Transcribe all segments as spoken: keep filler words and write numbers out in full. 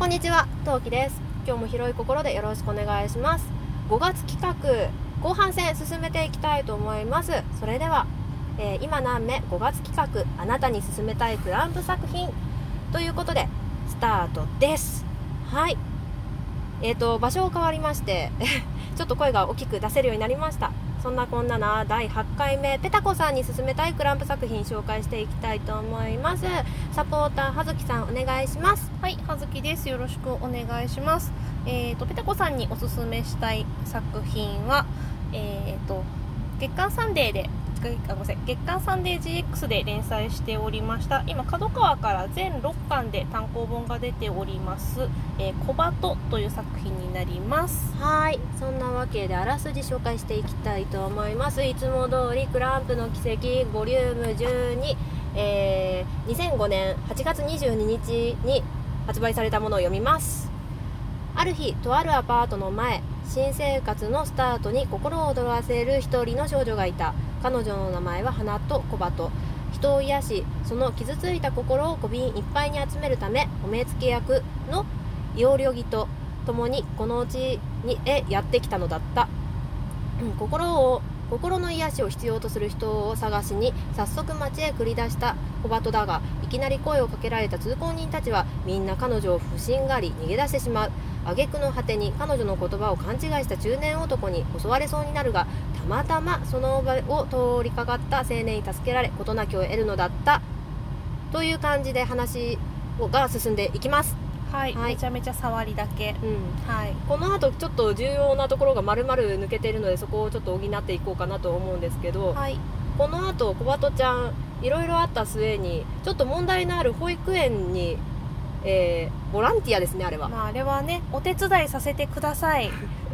こんにちは、トウキです。今日も広い心でよろしくお願いします。ごがつ企画後半戦進めていきたいと思います。それでは、えー、今何目ごがつ企画あなたに進めたいクランプ作品ということでスタートです。はい、えーと場所を変わりましてちょっと声が大きく出せるようになりました。そんなこんななだいはちかいめペタコさんに進めたいクランプ作品紹介していきたいと思います。サポーターはずきさんお願いします。 はい、はずきです。よろしくお願いします。えーとペタコさんにおすすめしたい作品はえーと月刊サンデーであごめんなさい月刊サンデー ジーエックス で連載しておりました今角川から全ろっかんで単行本が出ております、えー、小鳩という作品になります。 はい、そんなわけであらすじ紹介していきたいと思います。いつも通りクランプの奇跡ボリュームじゅうに、えー、にせんごねんはちがつにじゅうににちに発売されたものを読みます。ある日、とあるアパートの前、新生活のスタートに心を躍らせる一人の少女がいた。彼女の名前は花と小鳩。人を癒し、その傷ついた心を小瓶いっぱいに集めるため、お目付け役の養慮木と共にこの地にへやってきたのだった。うん、心を心の癒しを必要とする人を探しに早速街へ繰り出した小鳩だが、いきなり声をかけられた通行人たちはみんな彼女を不審がり逃げ出してしまう。挙句の果てに彼女の言葉を勘違いした中年男に襲われそうになるが、たまたまその場を通りかかった青年に助けられ事なきを得るのだったという感じで話が進んでいきます。 はい、はい、めちゃめちゃ触りだけ、 うんはい、 この後ちょっと重要なところが丸々抜けているので、そこをちょっと補っていこうかなと思うんですけど、 はい、 この後小鳩ちゃんいろいろあった末にちょっと問題のある保育園に、えー、ボランティアですね、あれは、 まあ、あれはねお手伝いさせてください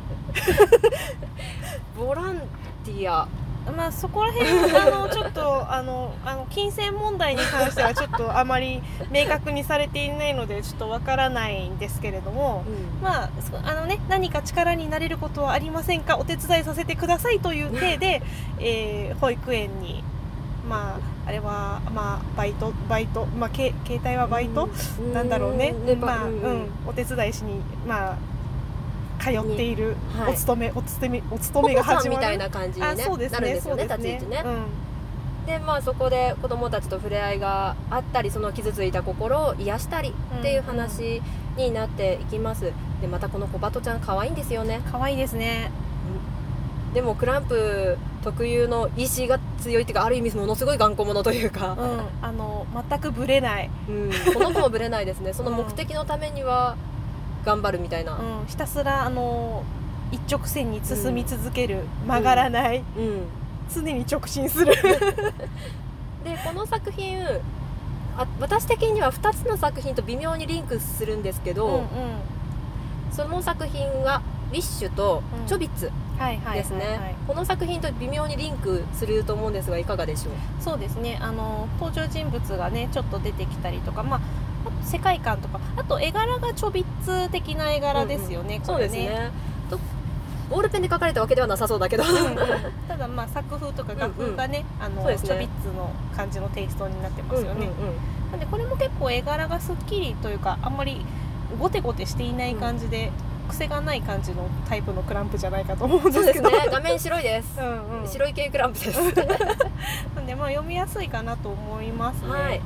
ボランティア、 まあ、そこら辺あのちょっとあのあの金銭問題に関してはちょっとあまり明確にされていないのでちょっとわからないんですけれども、 うん、 まああのね、何か力になれることはありませんか、お手伝いさせてくださいという体で、えー、保育園に、まああれはまあバイトバイトまあけ携帯はバイト、うん、なんだろうね、うん、まあ、うん、お手伝いしにまあ通っている、はい、お勤めお勤めお勤めが始まるみたいな感じに、ね、なるんですよね、立ち位置ね、うん、でまあそこで子供たちと触れ合いがあったり、その傷ついた心を癒したりっていう話になっていきます、うんうん、でまたこの小鳩ちゃん可愛いんですよね。 可愛いですね、 うん、でもクランプ特有の意志が強いっていうか、ある意味ものすごい頑固者というか、 うん、あの全くブレない、 うん、この子もブレないですね。その目的のためには頑張るみたいな、 うん、ひたすらあの一直線に進み続ける、うん、曲がらない、うんうん、常に直進するでこの作品あ私的にはふたつの作品と微妙にリンクするんですけど、うんうん、その作品がウィッシュとチョビッツですね。この作品と微妙にリンクすると思うんですが、いかがでしょう。 そうですね、あの登場人物がねちょっと出てきたりとか、まあ世界観とか、あと絵柄がチョビッツ的な絵柄ですよね、うんうん、 これね。そうですね。とボールペンで描かれたわけではなさそうだけど、うんうん、 ただまあ作風とか画風がね、うんうん、あの、ね、チョビッツの感じのテイストになってますよね、うんうんうん、なんでこれも結構絵柄がすっきりというか、あんまりゴテゴテしていない感じで、うん、癖がない感じのタイプのクランプじゃないかと思うんですけど。 そうですね、画面白いです、うんうん、白い系クランプですなんでまあ読みやすいかなと思いますね。 はいね、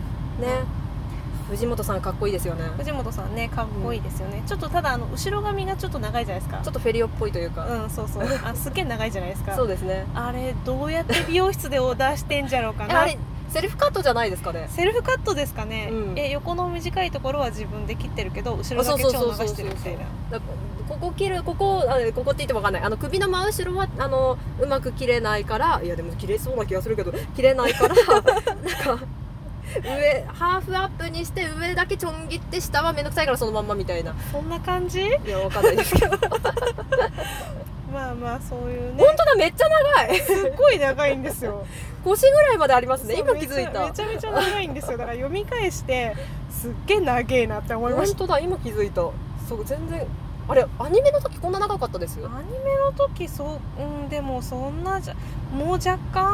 藤本さんかっこいいですよね。 藤本さんねかっこいいですよね、うん、ちょっとただあの後ろ髪がちょっと長いじゃないですか。 ちょっとフェリオっぽいというか、 うん、そうそうあすっげえ長いじゃないですかそうですね。 あれどうやって美容室でオーダーしてんじゃろうかな。 あれセルフカットじゃないですかね。 セルフカットですかね、うん、え横の短いところは自分で切ってるけど後ろだけ超流してるみたいな。 ここ切るここあここって言っても分かんない、あの首の真後ろはあのうまく切れないから、いやでも切れそうな気がするけど切れないからなんか上ハーフアップにして上だけちょん切って下はめんどくさいからそのまんまみたいな。 そんな感じ？いや分かんないですけどまあまあそういうね。 本当だ、めっちゃ長いすっごい長いんですよ腰ぐらいまでありますね。今気づいた。 めちゃめちゃ長いんですよ。だから読み返してすっげえ長えなって思いました。 本当だ、今気づいた。そう全然あれアニメの時こんな長かったですよ。 アニメの時そう、うん、でもそんなじゃもう若干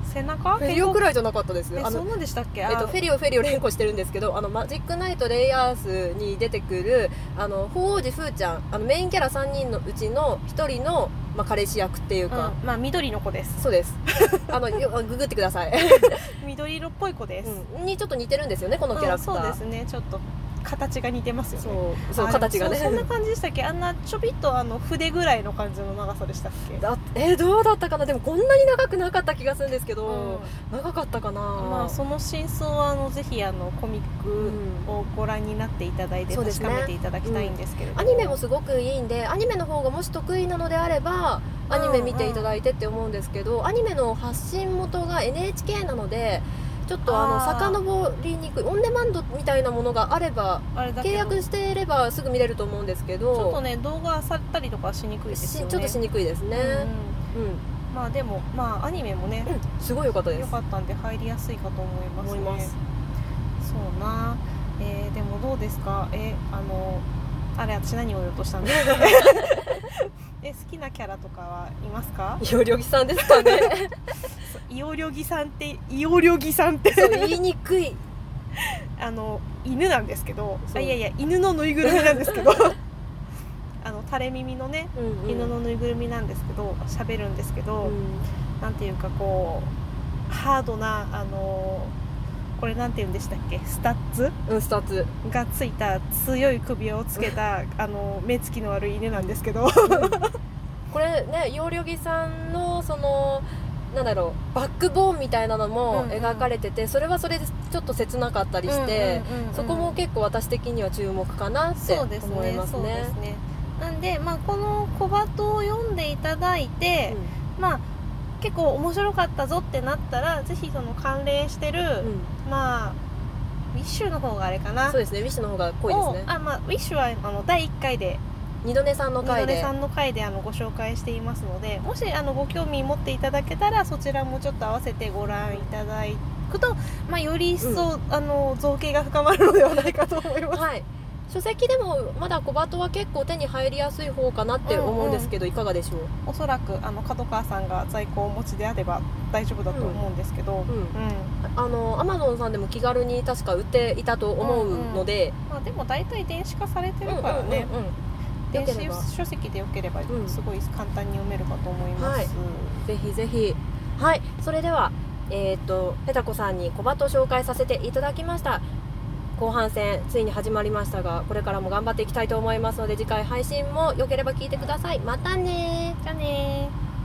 背中フェリオくらいじゃなかったです。あのえそんなんでしたっけ？ えっと、フェリオフェリオ連呼してるんですけど、あのマジックナイトレイヤースに出てくるあの鳳凰寺風ちゃん、あのメインキャラさんにんのうちのひとりの、まあ、彼氏役っていうか、 うん、まあ緑の子です。 そうですあのよググってください緑色っぽい子です、 うん、にちょっと似てるんですよね、このキャラクター、 うん、そうですね、ちょっと形が似てますよね。 そうそう、 あ形がね。 そそんな感じでしたっけ？あんなちょびっとあの筆ぐらいの感じの長さでしたっけ？ だえー、どうだったかな。でもこんなに長くなかった気がするんですけど、 うん長かったかな。 まあ、その真相はあのぜひあのコミックをご覧になっていただいてそうですね確かめていただきたいんですけれども、 アニメもすごくいいんで、アニメの方がもし得意なのであればアニメ見ていただいてって思うんですけど、うんうん、アニメの発信元が エヌエイチケー なのでちょっとあの遡りにくい、オンデマンドみたいなものがあればあれだけど契約していればすぐ見れると思うんですけど、 ちょっとね動画さったりとかしにくいですよね。 ちょっとしにくいですね、うんうんうん、まあでもまあアニメもね、 うん、すごい良かったです。 良かったんで入りやすいかと思いますね。 思います。 そうな、えー、でもどうですか？えあのあれ私何を言おうとしたんですかえ好きなキャラとかはいますか？ イオリョギさんですかねイオリョギさんってイオリョギさんってそう言いにくいあの犬なんですけど、あいやいや犬のぬいぐるみなんですけどあの垂れ耳のね、うんうん、犬のぬいぐるみなんですけど喋るんですけど、うん、なんていうかこうハードなあのこれなんて言うんでしたっけ、スタッツ、 うん、スタッツがついた強い首をつけたあの目つきの悪い犬なんですけど、うん、 これねヨーリョギさんのそのなんだろうバックボーンみたいなのも描かれてて、うんうん、それはそれでちょっと切なかったりして、うんうんうんうん、そこも結構私的には注目かなって思いますね。 そうですね。なんで、まあ、この小鳩を読んでいただいて、うん、まあ結構面白かったぞってなったらぜひその関連してる、うん、まあウィッシュの方があれかな。 そうですね、ウィッシュの方が濃いですね。 あ、まあ、ウィッシュはあのだいいっかいで二度寝さんの回で二度寝さんの回であのご紹介していますので、もしあのご興味持っていただけたらそちらもちょっと合わせてご覧いただくと、まあ、より一層、うん、あの造形が深まるのではないかと思います。 はい、書籍でもまだ小鳩は結構手に入りやすい方かなって思うんですけど、うんうん、いかがでしょう。 おそらくあの角川さんが在庫をお持ちであれば大丈夫だと思うんですけど、うんうんうん、 あのアマゾンさんでも気軽に確か売っていたと思うので、 うんうん、まあ、でも大体電子化されてるからね、うんうんうんうん、電子書籍でよければすごい簡単に読めるかと思います、はい、 ぜひぜひ。はい、それではえー、っとペタコさんに小鳩を紹介させていただきました。後半戦ついに始まりましたが、これからも頑張っていきたいと思いますので、次回配信もよければ聞いてください。またね。 じゃあね。